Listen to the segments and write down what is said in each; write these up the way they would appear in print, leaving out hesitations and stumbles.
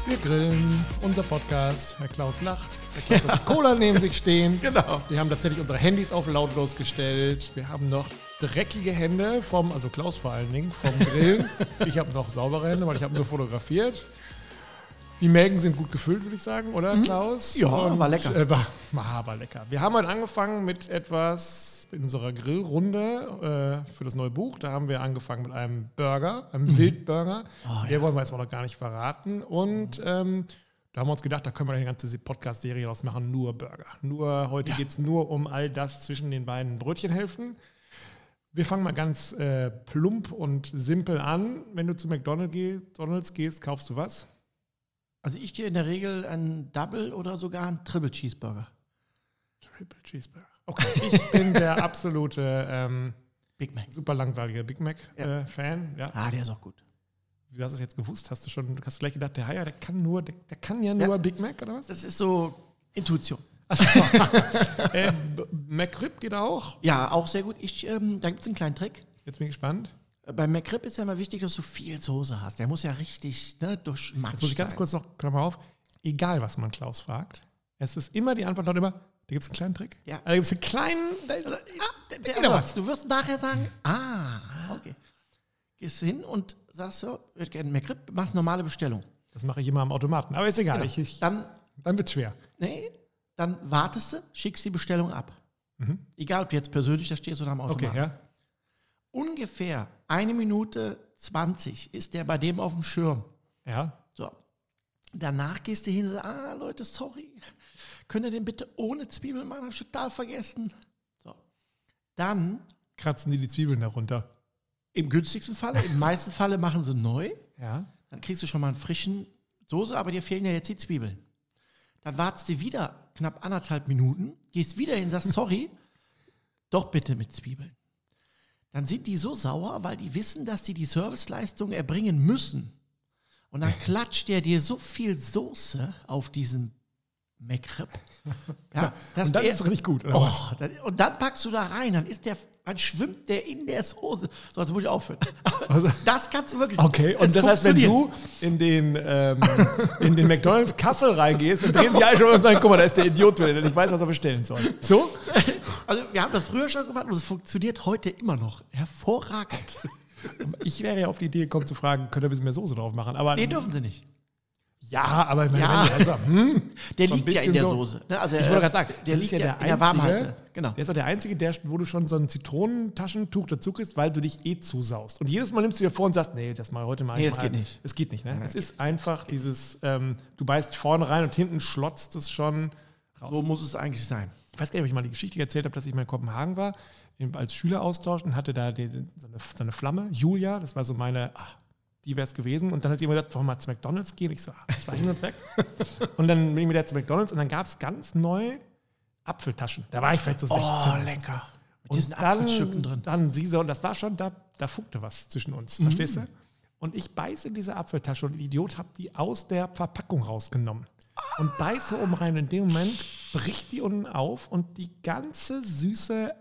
Wir grillen, unser Podcast. Herr Klaus lacht. Herr Klaus hat die Cola neben sich stehen. Genau. Wir haben tatsächlich unsere Handys auf lautlos gestellt. Wir haben noch dreckige Hände also Klaus vor allen Dingen, vom Grillen. Ich habe noch saubere Hände, weil ich habe nur fotografiert. Die Mägen sind gut gefüllt, würde ich sagen, oder Klaus? Ja, war lecker. War lecker. Wir haben heute angefangen mit etwas in unserer Grillrunde für das neue Buch. Da haben wir angefangen mit einem Burger, einem Wildburger. Den wollen wir jetzt mal noch gar nicht verraten. Und da haben wir uns gedacht, da können wir eine ganze Podcast-Serie draus machen, nur Burger. Heute geht es nur um all das zwischen den beiden Brötchenhälften. Wir fangen mal ganz plump und simpel an. Wenn du zu McDonald's gehst, kaufst du was? Also ich gehe in der Regel einen Double oder sogar einen Triple Cheeseburger. Triple Cheeseburger. Okay, ich bin der absolute Big Mac. Super langweilige Big Mac-Fan. Ja. Der ist auch gut. Wie hast du es jetzt gewusst? Hast du gleich gedacht, der Haier, der kann ja nur Big Mac, oder was? Das ist so Intuition. Achso. McRib geht auch? Ja, auch sehr gut. Da gibt es einen kleinen Trick. Jetzt bin ich gespannt. Beim McRib ist ja immer wichtig, dass du viel Soße hast. Der muss ja richtig durchmatschen. Jetzt muss ich ganz kurz noch, Klammer auf, egal was man Klaus fragt, es ist immer die Antwort immer, da gibt es einen kleinen Trick. Ja. Da gibt es einen kleinen, Du wirst nachher sagen, okay. Gehst hin und sagst so, ich hätte gerne McRib, machst normale Bestellung. Das mache ich immer am Automaten, aber ist egal. Genau. Dann wird es schwer. Nee, dann wartest du, schickst die Bestellung ab. Egal, ob du jetzt persönlich da stehst oder am Automaten. Okay, ja. Ungefähr 1 Minute 20 ist der bei dem auf dem Schirm. Ja. So. Danach gehst du hin und sagst, Leute, sorry, könnt ihr den bitte ohne Zwiebeln machen? Hab ich total vergessen. So. Dann kratzen die Zwiebeln darunter. Im günstigsten Falle, im meisten Falle machen sie neu. Ja. Dann kriegst du schon mal einen frischen Soße, aber dir fehlen ja jetzt die Zwiebeln. Dann wartest du wieder knapp 1,5 Minuten, gehst wieder hin und sagst, sorry, doch bitte mit Zwiebeln. Dann sind die so sauer, weil die wissen, dass die Serviceleistung erbringen müssen. Und dann klatscht der dir so viel Soße auf diesen McRib. Ja, und dann ist es richtig gut, oder was? Und dann packst du da rein, dann schwimmt der in der Soße. So, jetzt muss ich aufhören. Also, das kannst du wirklich. Okay, und das heißt, wenn du in den McDonald's Kassel reingehst, dann drehen sie alle schon und sagen, guck mal, da ist der Idiot drin, der nicht weiß, was er bestellen soll. So? Also wir haben das früher schon gemacht und es funktioniert heute immer noch. Hervorragend. Ich wäre ja auf die Idee gekommen zu fragen, könnt ihr ein bisschen mehr Soße drauf machen? Aber nee, dürfen sie nicht. Ja, aber ich meine, der liegt ja in der Soße. Ne? Also, ich wollte gerade sagen, der liegt ja in der Warmhalte. Genau. Der ist auch der einzige, wo du schon so ein Zitronentaschentuch dazu kriegst, weil du dich zusaust. Und jedes Mal nimmst du dir vor und sagst, nee, das mal heute mal. Nee, das geht nicht. Es geht nicht, ne? Nein, es ist einfach dieses, du beißt vorne rein und hinten schlotzt es schon raus. So muss es eigentlich sein. Ich weiß gar nicht, ob ich mal die Geschichte erzählt habe, dass ich mal in Kopenhagen war, als Schüleraustausch und hatte da so eine Flamme, Julia, das war so meine, die wäre es gewesen. Und dann hat jemand gesagt, wollen wir mal zu McDonald's gehen? Ich so, ich war hin und weg. Und dann bin ich mit der zu McDonald's und dann gab es ganz neu Apfeltaschen. Da war ich vielleicht so 16. Oh, lecker. Mit diesen Apfelstücken drin. Dann sie so, und das war schon, da funkte was zwischen uns, verstehst du? Und ich beiße in diese Apfeltasche und Idiot habe die aus der Verpackung rausgenommen. Und beiße oben rein. In dem Moment bricht die unten auf und die ganze süße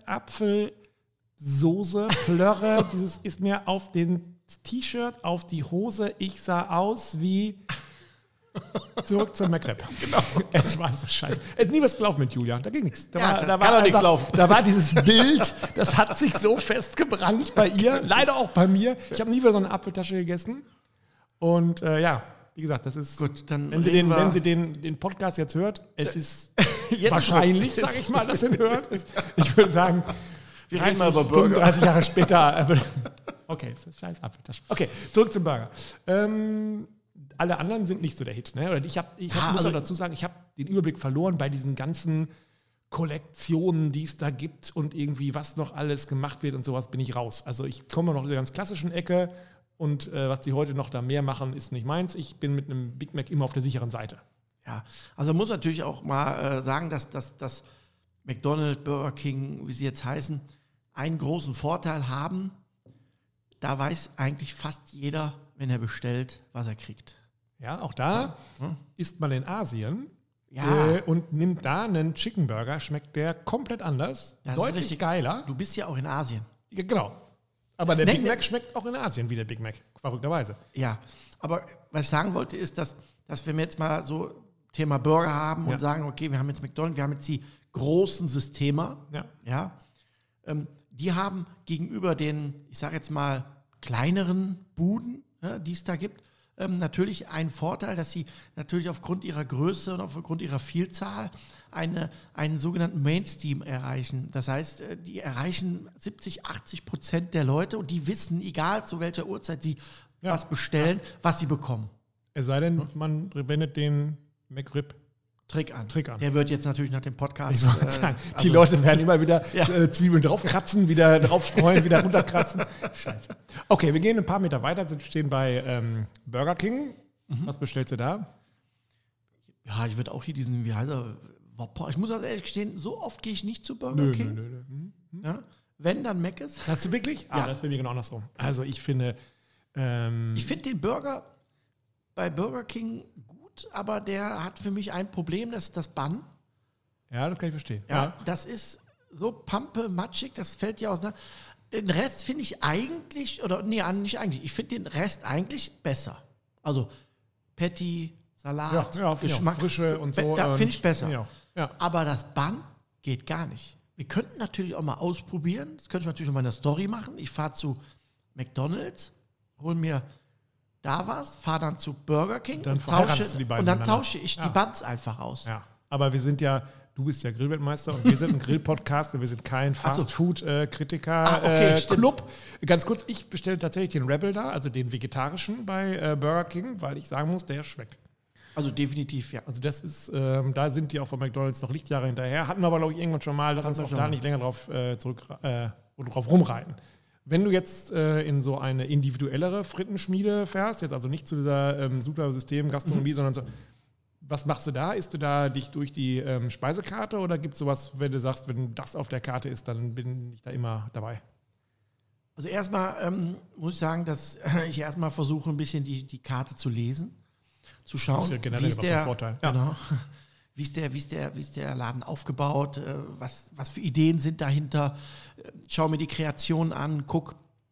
Apfelsoße, Plörre, dieses ist mir auf den T-Shirt, auf die Hose. Ich sah aus wie zurück zum McRib. Genau. Es war so scheiße. Es ist nie was gelaufen mit Julia. Da ging nichts. Da war nichts laufen. Da war dieses Bild, das hat sich so festgebrannt bei ihr. Leider auch bei mir. Ich habe nie wieder so eine Apfeltasche gegessen. Und wie gesagt, das ist gut. Dann wenn sie den Podcast jetzt hört, es ist wahrscheinlich, sage ich mal, dass sie ihn hört. Ich würde sagen, wir reden mal über Burger. 35 Jahre später. Okay, das ist scheiß Apfeltasche. Okay, zurück zum Burger. Alle anderen sind nicht so der Hit. Ne? Oder ich muss auch dazu sagen, ich habe den Überblick verloren bei diesen ganzen Kollektionen, die es da gibt und irgendwie was noch alles gemacht wird und sowas, bin ich raus. Also ich komme noch aus der ganz klassischen Ecke und was die heute noch da mehr machen, ist nicht meins. Ich bin mit einem Big Mac immer auf der sicheren Seite. Ja, also man muss natürlich auch mal sagen, dass McDonald's, Burger King, wie sie jetzt heißen, einen großen Vorteil haben. Da weiß eigentlich fast jeder, wenn er bestellt, was er kriegt. Ja, auch da isst man in Asien Ja. Und nimmt da einen Chicken Burger, schmeckt der komplett anders, Das ist deutlich richtig geiler. Du bist ja auch in Asien. Ja, genau. Aber der Nee, Big nee. Mac schmeckt auch in Asien wie der Big Mac, verrückterweise. Ja, aber was ich sagen wollte, ist, dass wenn wir jetzt mal so Thema Burger haben und sagen, okay, wir haben jetzt McDonald's, wir haben jetzt die großen Systeme, die haben gegenüber den, ich sage jetzt mal, kleineren Buden, die es da gibt, natürlich einen Vorteil, dass sie natürlich aufgrund ihrer Größe und aufgrund ihrer Vielzahl einen sogenannten Mainstream erreichen. Das heißt, die erreichen 70-80% der Leute und die wissen, egal zu welcher Uhrzeit sie was bestellen, was sie bekommen. Es sei denn, man wendet den McRib Trick an. Trick an. Der wird jetzt natürlich nach dem Podcast. Ich wollte sagen, die Leute werden immer wieder Zwiebeln draufkratzen, wieder draufstreuen, wieder runterkratzen. Scheiße. Okay, wir gehen ein paar Meter weiter, stehen bei Burger King. Was bestellst du da? Ja, ich würde auch hier diesen, wie heißt er, Whopper. Ich muss also ehrlich gestehen, so oft gehe ich nicht zu Burger King. Nö. Ja? Wenn, dann Mc's. Hast du wirklich? Ja. Das ist bei mir genau andersrum. Also ich finde... Ich finde den Burger bei Burger King gut, aber der hat für mich ein Problem, das ist das Bun. Ja, das kann ich verstehen. Ja, das ist so matschig, das fällt ja auseinander. Den Rest finde ich eigentlich, nicht eigentlich, ich finde den Rest eigentlich besser. Also Patty, Salat, finde ich auch. Geschmack, Frische und so. Da finde ich besser. Find ich auch. Ja. Aber das Bun geht gar nicht. Wir könnten natürlich auch mal ausprobieren, das könnte ich natürlich auch mal in der Story machen. Ich fahre zu McDonald's, hol mir da was, fahre dann zu Burger King Dann und tausche die beiden ich die Buns einfach aus. Ja, aber wir sind ja, du bist ja Grillweltmeister und wir sind ein Grill-Podcast und wir sind kein Fast-Food-Kritiker-Club. Ganz kurz, ich bestelle tatsächlich den Rebel da, also den vegetarischen bei Burger King, weil ich sagen muss, der schmeckt. Also definitiv, ja. Also das ist, da sind die auch von McDonald's noch Lichtjahre hinterher. Hatten wir aber, glaube ich, irgendwann schon mal. Lass uns auch da nicht länger drauf drauf rumreiten. Wenn du jetzt in so eine individuellere Frittenschmiede fährst, jetzt also nicht zu dieser super System-Gastronomie, sondern so, was machst du da? Isst du da dich durch die Speisekarte oder gibt es sowas, wenn du sagst, wenn das auf der Karte ist, dann bin ich da immer dabei? Also erstmal muss ich sagen, dass ich erstmal versuche, ein bisschen die Karte zu lesen, zu schauen, Das ist ja generell ein Vorteil. Ja. Genau, wie ist der Laden aufgebaut, was für Ideen sind dahinter, schau mir die Kreation an, guck,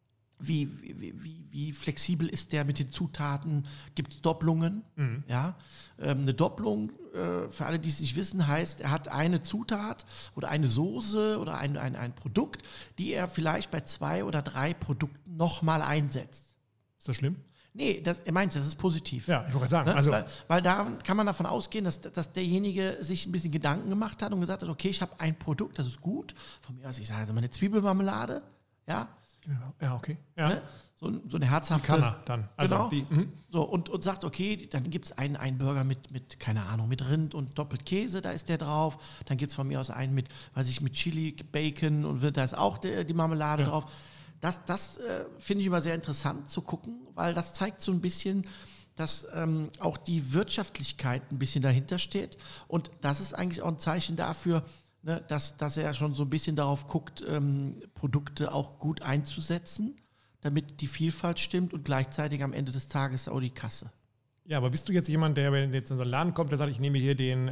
wie flexibel ist der mit den Zutaten, gibt es Doppelungen, ja, eine Doppelung, für alle, die es nicht wissen, heißt, er hat eine Zutat oder eine Soße oder ein Produkt, die er vielleicht bei 2 oder 3 Produkten nochmal einsetzt. Ist das schlimm? Nee, er meint, das ist positiv. Ja, ich wollte sagen. Ne? Also, weil da kann man davon ausgehen, dass derjenige sich ein bisschen Gedanken gemacht hat und gesagt hat, okay, ich habe ein Produkt, das ist gut. Von mir aus, ich sage meine Zwiebelmarmelade, ja. Ja, okay. Ja. Ne? So eine herzhafte. Die kann er dann. Also genau. So, und sagt, okay, dann gibt es einen Burger mit, keine Ahnung, mit Rind und doppelt Käse, da ist der drauf. Dann gibt es von mir aus einen mit Chili, Bacon und da ist auch die Marmelade drauf. Das finde ich immer sehr interessant zu gucken, weil das zeigt so ein bisschen, dass auch die Wirtschaftlichkeit ein bisschen dahinter steht. Und das ist eigentlich auch ein Zeichen dafür, ne, dass er schon so ein bisschen darauf guckt, Produkte auch gut einzusetzen, damit die Vielfalt stimmt und gleichzeitig am Ende des Tages auch die Kasse. Ja, aber bist du jetzt jemand, der, wenn jetzt in so einen Laden kommt, der sagt, ich nehme hier den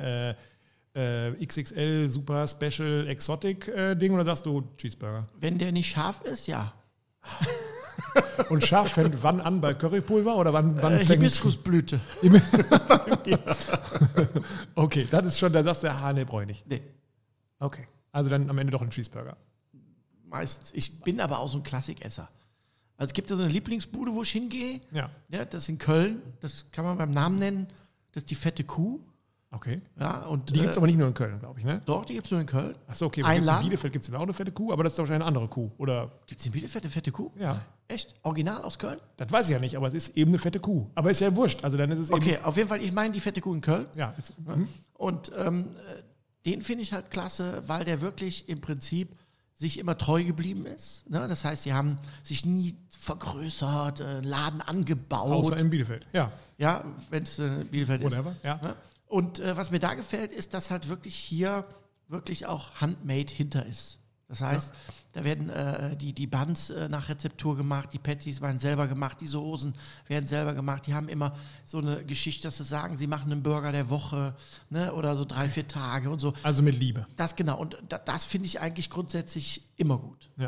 XXL Super Special Exotic Ding oder sagst du Cheeseburger? Wenn der nicht scharf ist, ja. Und scharf fängt wann an bei Currypulver oder wann fängt Hibiskusblüte. Okay, das ist schon, da sagst du, nee, brauche ich nicht. Nee. Okay, also dann am Ende doch ein Cheeseburger. Meistens. Ich bin aber auch so ein Klassikesser. Also es gibt ja so eine Lieblingsbude, wo ich hingehe. Ja. Ja, das ist in Köln. Das kann man beim Namen nennen. Das ist die Fette Kuh. Okay. Ja, und, Die gibt es aber nicht nur in Köln, glaube ich, ne? Doch, die gibt es nur in Köln. Achso, okay. Ein In Laden? Bielefeld gibt es auch eine fette Kuh, aber das ist wahrscheinlich eine andere Kuh, oder? Gibt es in Bielefeld eine Fette Kuh? Ja. Echt? Original aus Köln? Das weiß ich ja nicht, aber es ist eben eine fette Kuh. Aber ist ja wurscht, also dann ist es Okay, eben... auf jeden Fall, ich meine die Fette Kuh in Köln. Ja. Jetzt, Und den finde ich halt klasse, weil der wirklich im Prinzip sich immer treu geblieben ist. Ne? Das heißt, sie haben sich nie vergrößert, Laden angebaut. Außer in Bielefeld, ja. Ja, wenn es Bielefeld ist. Whatever, ja. Ne? Und was mir da gefällt, ist, dass halt wirklich hier wirklich auch handmade hinter ist. Das heißt, da werden die Buns nach Rezeptur gemacht, die Patties werden selber gemacht, die Soßen werden selber gemacht. Die haben immer so eine Geschichte, dass sie sagen, sie machen einen Burger der Woche, ne, oder so 3-4 Tage und so. Also mit Liebe. Das genau. Und das finde ich eigentlich grundsätzlich immer gut. Ja.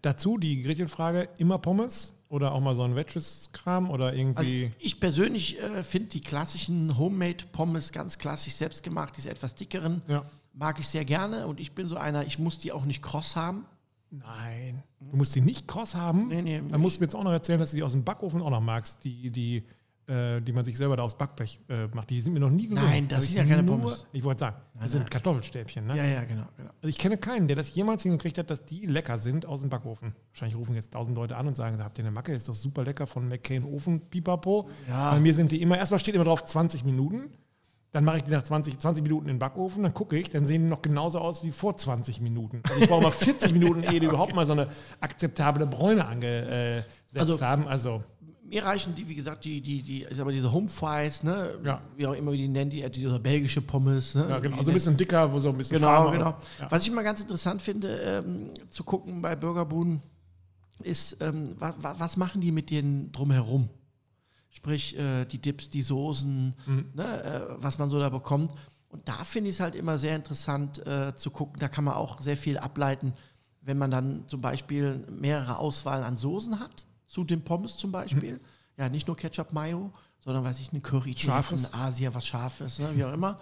dazu die Gretchenfrage, immer Pommes oder auch mal so ein Wedges-Kram oder irgendwie... Also ich persönlich finde die klassischen Homemade-Pommes ganz klassisch selbst gemacht, diese etwas dickeren, mag ich sehr gerne. Und ich bin so einer, ich muss die auch nicht kross haben. Nein, du musst die nicht kross haben. Nee. Dann musst du mir jetzt auch noch erzählen, dass du die aus dem Backofen auch noch magst, die man sich selber da aus Backblech macht. Die sind mir noch nie gelungen. Nein, das sind ja keine Pommes. Ich wollte sagen, das sind Kartoffelstäbchen. Ne? Ja, genau. Also ich kenne keinen, der das jemals hingekriegt hat, dass die lecker sind aus dem Backofen. Wahrscheinlich rufen jetzt 1000 Leute an und sagen, habt ihr eine Macke? Ist doch super lecker von McCain Ofen, pipapo. Ja. Bei mir sind die immer, erstmal steht immer drauf 20 Minuten. Dann mache ich die nach 20 Minuten in den Backofen, dann gucke ich, dann sehen die noch genauso aus wie vor 20 Minuten. Also ich brauche mal 40 Minuten, ehe die überhaupt mal so eine akzeptable Bräune angesetzt haben. Also mir reichen die, wie gesagt, ich sag mal, diese Home Fries, ne? Ja. Wie auch immer die nennen, diese belgische Pommes. Ne? ja, genau, also ein bisschen dicker, wo so ein bisschen Genau. Ja. Was ich immer ganz interessant finde, zu gucken bei Burgerbuden, ist, was machen die mit denen drumherum? Sprich, die Dips, die Soßen, was man so da bekommt. Und da finde ich es halt immer sehr interessant zu gucken. Da kann man auch sehr viel ableiten, wenn man dann zum Beispiel mehrere Auswahlen an Soßen hat, zu den Pommes zum Beispiel. Ja, nicht nur Ketchup, Mayo, sondern, weiß ich, eine Curry, Scharfes. ein Asia, was Scharfes, ne, wie auch immer.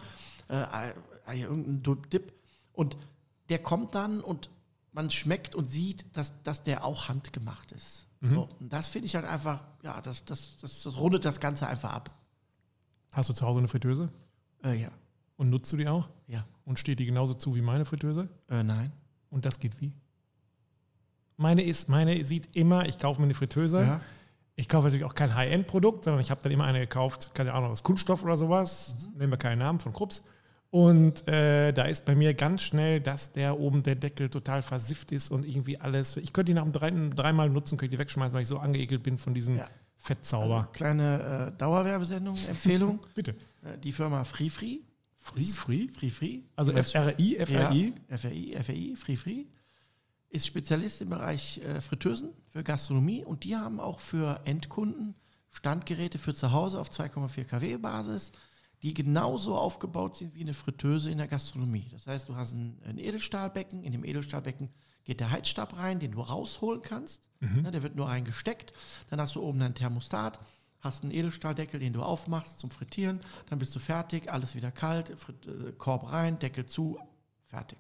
Irgendein Dip. Und der kommt dann und man schmeckt und sieht, dass der auch handgemacht ist. So, und das finde ich halt einfach, ja, das rundet das Ganze einfach ab. Hast du zu Hause eine Fritteuse? Ja. Und nutzt du die auch? Ja. Und steht die genauso zu wie meine Fritteuse? Nein. Und das geht wie? Meine sieht immer, ich kaufe mir eine Fritteuse. Ja. Ich kaufe natürlich auch kein High-End-Produkt, sondern ich habe dann immer eine gekauft, keine Ahnung, aus Kunststoff oder sowas. Nehmen wir keinen Namen, von Krups. Und da ist bei mir ganz schnell, dass der Deckel total versifft ist und irgendwie alles. Ich könnte die nach dem dreimal nutzen, könnte ich die wegschmeißen, weil ich so angeekelt bin von diesem Fettzauber. Kleine Dauerwerbesendung, Empfehlung. Bitte. Die Firma FreeFree. FreeFree. Also FRI? Ja, FRI, FreeFree. Ist Spezialist im Bereich Fritteusen für Gastronomie und die haben auch für Endkunden Standgeräte für zu Hause auf 2,4 kW Basis, die genauso aufgebaut sind wie eine Fritteuse in der Gastronomie. Das heißt, du hast ein Edelstahlbecken, in dem Edelstahlbecken geht der Heizstab rein, den du rausholen kannst. Ne, der wird nur reingesteckt. Dann hast du oben ein Thermostat, hast einen Edelstahldeckel, den du aufmachst zum Frittieren. Dann bist du fertig, alles wieder kalt, Korb rein, Deckel zu, fertig.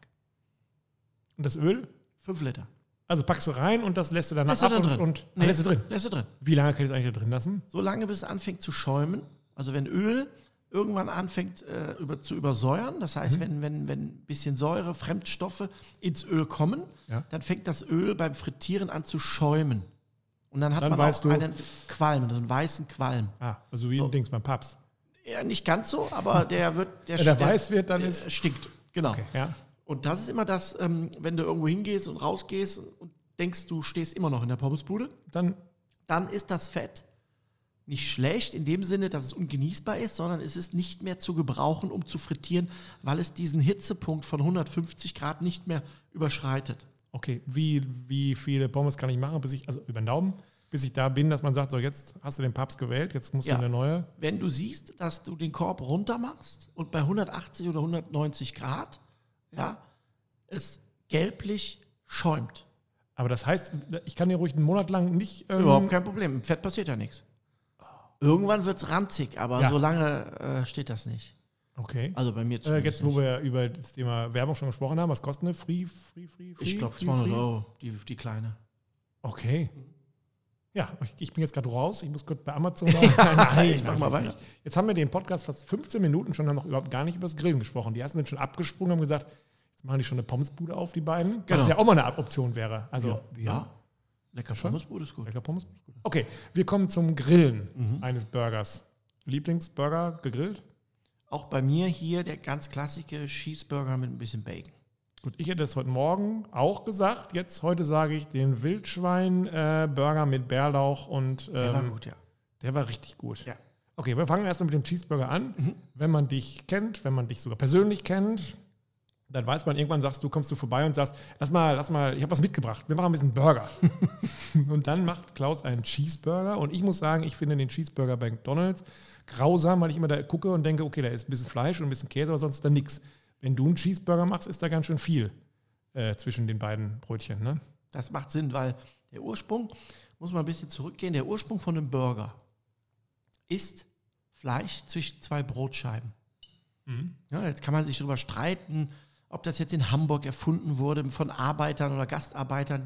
Und das Öl? 5 Liter. Also packst du rein und das lässt du danach Lässt du ab dann drin. und Nee, lässt du drin. Lässt du drin. Wie lange kann ich das eigentlich da drin lassen? So lange, bis es anfängt zu schäumen. Also wenn Öl irgendwann anfängt zu übersäuern, das heißt, wenn ein bisschen Säure, Fremdstoffe ins Öl kommen, dann fängt das Öl beim Frittieren an zu schäumen. Und dann hat man auch einen Qualm, einen weißen Qualm. Also wie ein Dings beim Papst. Ja, nicht ganz so, aber der weiß wird, dann ist... stinkt, genau. Okay, ja. Und das ist immer das, wenn du irgendwo hingehst und rausgehst und denkst, du stehst immer noch in der Pommesbude, dann ist das Fett nicht schlecht in dem Sinne, dass es ungenießbar ist, sondern es ist nicht mehr zu gebrauchen, um zu frittieren, weil es diesen Hitzepunkt von 150 Grad nicht mehr überschreitet. Okay, wie viele Pommes kann ich machen, also über den Daumen, bis ich da bin, dass man sagt, so jetzt hast du den Papst gewählt, jetzt musst du eine neue. Wenn du siehst, dass du den Korb runter machst und bei 180 oder 190 Grad, es gelblich schäumt. Aber das heißt, ich kann ja ruhig einen Monat lang nicht... Überhaupt kein Problem, im Fett passiert ja nichts. Irgendwann wird es ranzig, aber so lange steht das nicht. Okay. Also bei mir zumindest jetzt, wo wir über das Thema Werbung schon gesprochen haben, was kostet eine Free? Ich glaube 200 Euro, die kleine. Okay. Ja, ich bin jetzt gerade raus. Ich muss kurz bei Amazon... Nein, ich mach mal weiter. Jetzt haben wir den Podcast fast 15 Minuten schon, haben noch überhaupt gar nicht über das Grillen gesprochen. Die ersten sind schon abgesprungen und haben gesagt, jetzt machen die schon eine Pommesbude auf, die beiden. Was ja auch mal eine Option wäre. Also, ja. Lecker Pommesbude ist gut. Lecker Pommesbude ist gut. Okay, wir kommen zum Grillen eines Burgers. Lieblingsburger gegrillt? Auch bei mir hier der ganz klassische Cheeseburger mit ein bisschen Bacon. Gut, ich hätte das heute Morgen auch gesagt. Heute sage ich den Wildschwein-Burger mit Bärlauch und... der war gut, ja. Der war richtig gut. Ja. Okay, wir fangen erstmal mit dem Cheeseburger an. Wenn man dich kennt, wenn man dich sogar persönlich kennt, dann weiß man, irgendwann kommst du vorbei und sagst, lass mal, ich habe was mitgebracht, wir machen ein bisschen Burger. Und dann macht Klaus einen Cheeseburger und ich muss sagen, ich finde den Cheeseburger bei McDonald's grausam, weil ich immer da gucke und denke, okay, da ist ein bisschen Fleisch und ein bisschen Käse, aber sonst ist da nichts. Wenn du einen Cheeseburger machst, ist da ganz schön viel zwischen den beiden Brötchen, ne? Das macht Sinn, weil der Ursprung, muss man ein bisschen zurückgehen, der Ursprung von einem Burger ist Fleisch zwischen 2 Brotscheiben. Ja, jetzt kann man sich darüber streiten, ob das jetzt in Hamburg erfunden wurde von Arbeitern oder Gastarbeitern.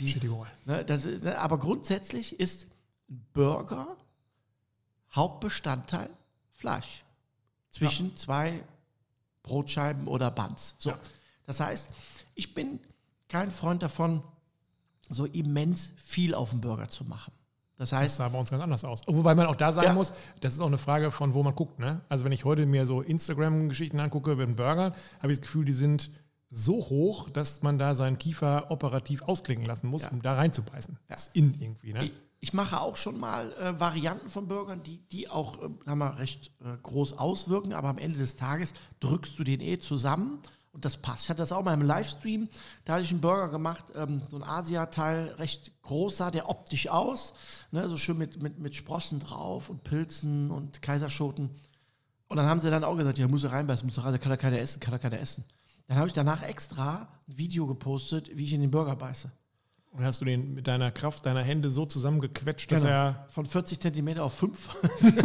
Aber grundsätzlich ist ein Burger Hauptbestandteil Fleisch zwischen 2 Brotscheiben oder Buns. So. Ja. Das heißt, ich bin kein Freund davon, so immens viel auf den Burger zu machen. Das sah bei uns ganz anders aus. Wobei man auch da sagen muss, das ist auch eine Frage von, wo man guckt. Ne? Also wenn ich heute mir so Instagram-Geschichten angucke über einen Burger, habe ich das Gefühl, die sind so hoch, dass man da seinen Kiefer operativ ausklicken lassen muss, um da reinzubeißen. Das ist irgendwie. Ne? Ich mache auch schon mal Varianten von Burgern, die auch recht groß auswirken, aber am Ende des Tages drückst du den zusammen. Und das passt. Ich hatte das auch mal im Livestream. Da hatte ich einen Burger gemacht, so ein Asia-Teil, recht groß sah der optisch aus. Ne, so schön mit Sprossen drauf und Pilzen und Kaiserschoten. Und dann haben sie dann auch gesagt, ja, muss er reinbeißen, kann er keiner essen. Dann habe ich danach extra ein Video gepostet, wie ich in den Burger beiße. Und hast du den mit deiner Kraft deiner Hände so zusammengequetscht, dass er... Von 40 Zentimeter auf 5.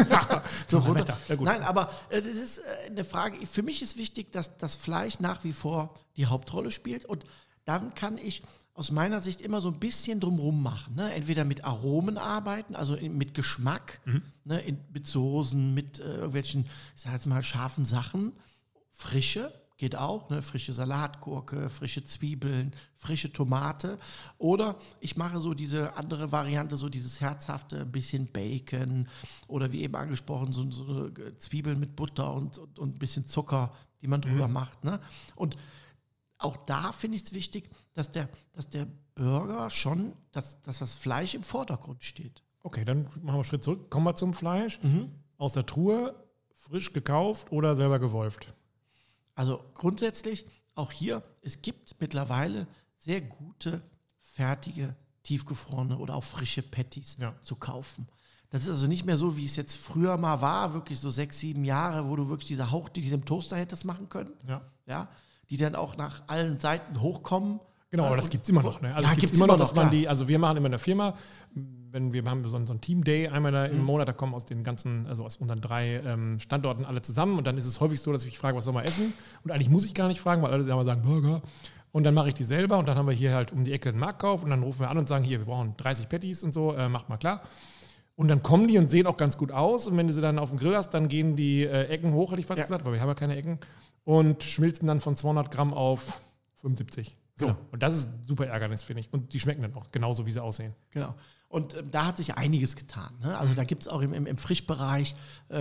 So runter. Ja, gut. Nein, aber das ist eine Frage. Für mich ist wichtig, dass das Fleisch nach wie vor die Hauptrolle spielt. Und dann kann ich aus meiner Sicht immer so ein bisschen drumherum machen. Ne? Entweder mit Aromen arbeiten, also mit Geschmack, ne? Mit Soßen, mit irgendwelchen, ich sage jetzt mal, scharfen Sachen. Frische. Geht auch, ne? Frische Salatgurke, frische Zwiebeln, frische Tomate. Oder ich mache so diese andere Variante, so dieses herzhafte, ein bisschen Bacon oder wie eben angesprochen, so Zwiebeln mit Butter und ein bisschen Zucker, die man drüber macht. Ne? Und auch da finde ich es wichtig, dass der Burger schon, dass das Fleisch im Vordergrund steht. Okay, dann machen wir einen Schritt zurück. Kommen wir zum Fleisch. Aus der Truhe, frisch gekauft oder selber gewolft? Also grundsätzlich, auch hier, es gibt mittlerweile sehr gute, fertige, tiefgefrorene oder auch frische Patties zu kaufen. Das ist also nicht mehr so, wie es jetzt früher mal war, wirklich so 6, 7 Jahre, wo du wirklich diese Hauch, die im Toaster hättest machen können, die dann auch nach allen Seiten hochkommen. Genau, aber das gibt es immer noch. Ne? Also es gibt immer noch, dass man also wir machen immer in der Firma, wenn wir haben so einen Team-Day einmal da im Monat, da kommen aus den ganzen, also aus unseren 3 Standorten alle zusammen und dann ist es häufig so, dass ich frage, was soll man essen? Und eigentlich muss ich gar nicht fragen, weil alle immer sagen, Burger. Und dann mache ich die selber und dann haben wir hier halt um die Ecke einen Marktkauf und dann rufen wir an und sagen, hier, wir brauchen 30 Patties und so, macht mal klar. Und dann kommen die und sehen auch ganz gut aus und wenn du sie dann auf dem Grill hast, dann gehen die Ecken hoch, hätte ich fast gesagt, weil wir haben ja keine Ecken und schmilzen dann von 200 Gramm auf 75. So, genau. Und das ist super Ärgernis, finde ich. Und die schmecken dann auch genauso, wie sie aussehen. Genau. Und da hat sich einiges getan. Ne? Also da gibt es auch im Frischbereich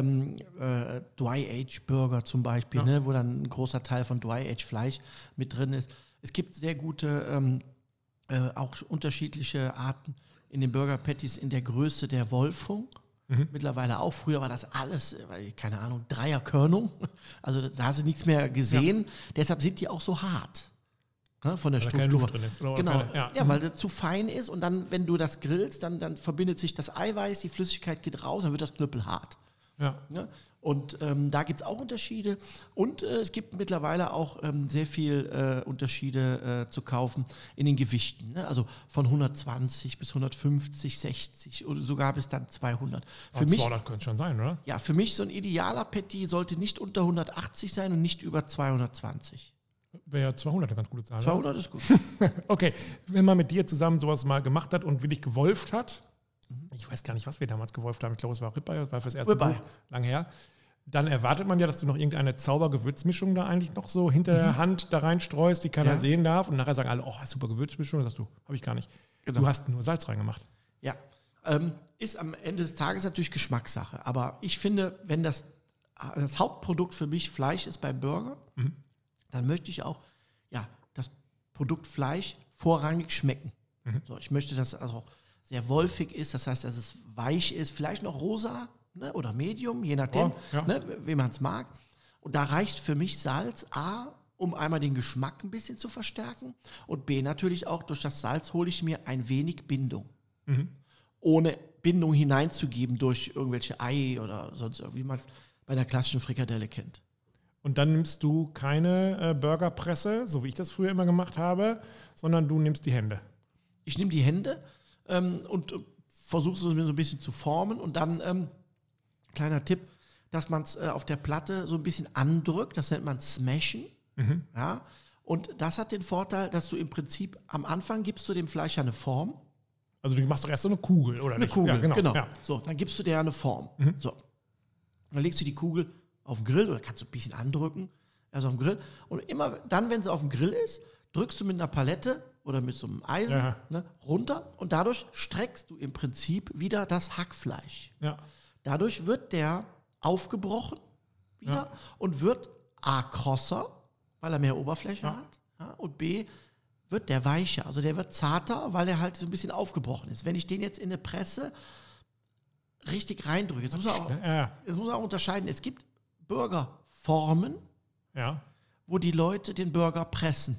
Dry-Age-Burger zum Beispiel, ne? Wo dann ein großer Teil von Dry-Age-Fleisch mit drin ist. Es gibt sehr gute, auch unterschiedliche Arten in den Burger-Patties in der Größe der Wolfung. Mittlerweile auch. Früher war das alles, keine Ahnung, Dreierkörnung. Also da hast du nichts mehr gesehen. Deshalb sind die auch so hart. Ne, von der Struktur. Keine Luft drin ist. Oder genau, weil das zu fein ist und dann, wenn du das grillst, dann verbindet sich das Eiweiß, die Flüssigkeit geht raus, dann wird das knüppelhart. Ja. Ne? Und da gibt es auch Unterschiede und es gibt mittlerweile auch sehr viel Unterschiede zu kaufen in den Gewichten. Ne? Also von 120 bis 150, 60 oder sogar bis dann 200. Für 200 könnte es schon sein, oder? Ja, für mich so ein idealer Patty sollte nicht unter 180 sein und nicht über 220. Wäre ja 200 eine ganz gute Zahl. 200 ist gut. Okay, wenn man mit dir zusammen sowas mal gemacht hat und willig gewolft hat, ich weiß gar nicht, was wir damals gewolft haben, ich glaube, es war Ribeye, das war fürs erste Buch, lang her, dann erwartet man ja, dass du noch irgendeine Zaubergewürzmischung da eigentlich noch so hinter der Hand da reinstreust, die keiner sehen darf und nachher sagen alle, oh, super Gewürzmischung, das sagst du, habe ich gar nicht. Genau. Du hast nur Salz reingemacht. Ja, ist am Ende des Tages natürlich Geschmackssache, aber ich finde, wenn das Hauptprodukt für mich Fleisch ist beim Burger, dann möchte ich auch das Produkt Fleisch vorrangig schmecken. So, ich möchte, dass es also auch sehr wolfig ist, das heißt, dass es weich ist, vielleicht noch rosa, ne, oder Medium, je nachdem, ne, wie man es mag. Und da reicht für mich Salz, A, um einmal den Geschmack ein bisschen zu verstärken und B, natürlich auch durch das Salz hole ich mir ein wenig Bindung. Ohne Bindung hineinzugeben durch irgendwelche Ei oder sonst irgendwie, wie man es bei einer klassischen Frikadelle kennt. Und dann nimmst du keine Burgerpresse, so wie ich das früher immer gemacht habe, sondern du nimmst die Hände. Ich nehme die Hände und versuche es so ein bisschen zu formen und dann, kleiner Tipp, dass man es auf der Platte so ein bisschen andrückt, das nennt man Smashen. Ja? Und das hat den Vorteil, dass du im Prinzip am Anfang gibst du dem Fleisch ja eine Form. Also du machst doch erst so eine Kugel, oder Eine nicht? Kugel, ja, genau. Ja. So, dann gibst du der eine Form. So. Dann legst du die Kugel auf den Grill oder kannst du ein bisschen andrücken, also auf den Grill. Und immer dann, wenn sie auf dem Grill ist, drückst du mit einer Palette oder mit so einem Eisen runter und dadurch streckst du im Prinzip wieder das Hackfleisch. Ja. Dadurch wird der aufgebrochen wieder und wird A, krosser, weil er mehr Oberfläche hat, und B, wird der weicher, also der wird zarter, weil er halt so ein bisschen aufgebrochen ist. Wenn ich den jetzt in eine Presse richtig reindrücke, jetzt muss man auch unterscheiden, es gibt Burgerformen, wo die Leute den Burger pressen.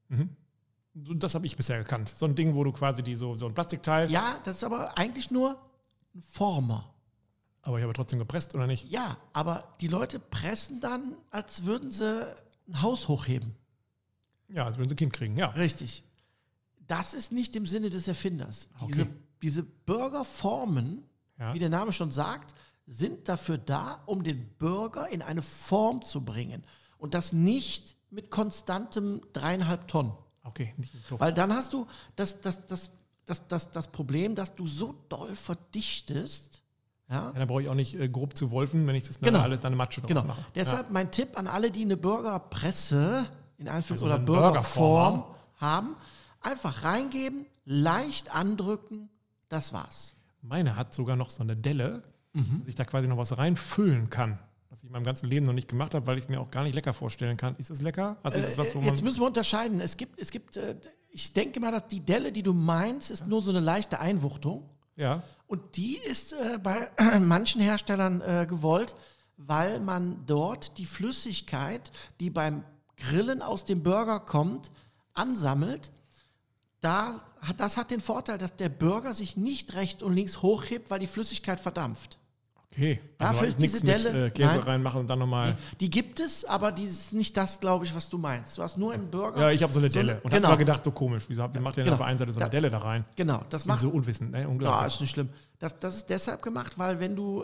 Das habe ich bisher gekannt. So ein Ding, wo du quasi so ein Plastikteil... Ja, das ist aber eigentlich nur ein Former. Aber ich habe trotzdem gepresst, oder nicht? Ja, aber die Leute pressen dann, als würden sie ein Haus hochheben. Ja, als würden sie ein Kind kriegen, ja. Richtig. Das ist nicht im Sinne des Erfinders. Okay. Diese Burgerformen, wie der Name schon sagt, sind dafür da, um den Burger in eine Form zu bringen. Und das nicht mit konstantem 3,5 Tonnen. Okay, nicht mit Luft. Weil dann hast du das Problem, dass du so doll verdichtest. Ja, dann brauche ich auch nicht grob zu wolfen, wenn ich das alles dann eine Matsche draus mache. Deshalb mein Tipp an alle, die eine Burgerpresse in Anführungs- oder einen Burgerform haben, einfach reingeben, leicht andrücken, das war's. Meine hat sogar noch so eine Delle, dass ich da quasi noch was reinfüllen kann, was ich in meinem ganzen Leben noch nicht gemacht habe, weil ich es mir auch gar nicht lecker vorstellen kann. Ist es lecker? Also ist es was, wo jetzt müssen wir unterscheiden. Es gibt, ich denke mal, dass die Delle, die du meinst, ist nur so eine leichte Einwuchtung. Ja. Und die ist bei manchen Herstellern gewollt, weil man dort die Flüssigkeit, die beim Grillen aus dem Burger kommt, ansammelt. Das hat den Vorteil, dass der Burger sich nicht rechts und links hochhebt, weil die Flüssigkeit verdampft. Okay. Dafür ist diese Delle. Mit Käse reinmachen und dann nochmal. Die gibt es, aber die ist nicht das, glaube ich, was du meinst. Du hast nur im Burger. Ja, ich habe so eine Delle und habe mal gedacht, so komisch. Wieso macht ihr denn auf der einen Seite so eine Delle da rein? Genau, das macht. So unwissend, ne? Unglaublich. Ja, ist nicht schlimm. Das ist deshalb gemacht, weil wenn du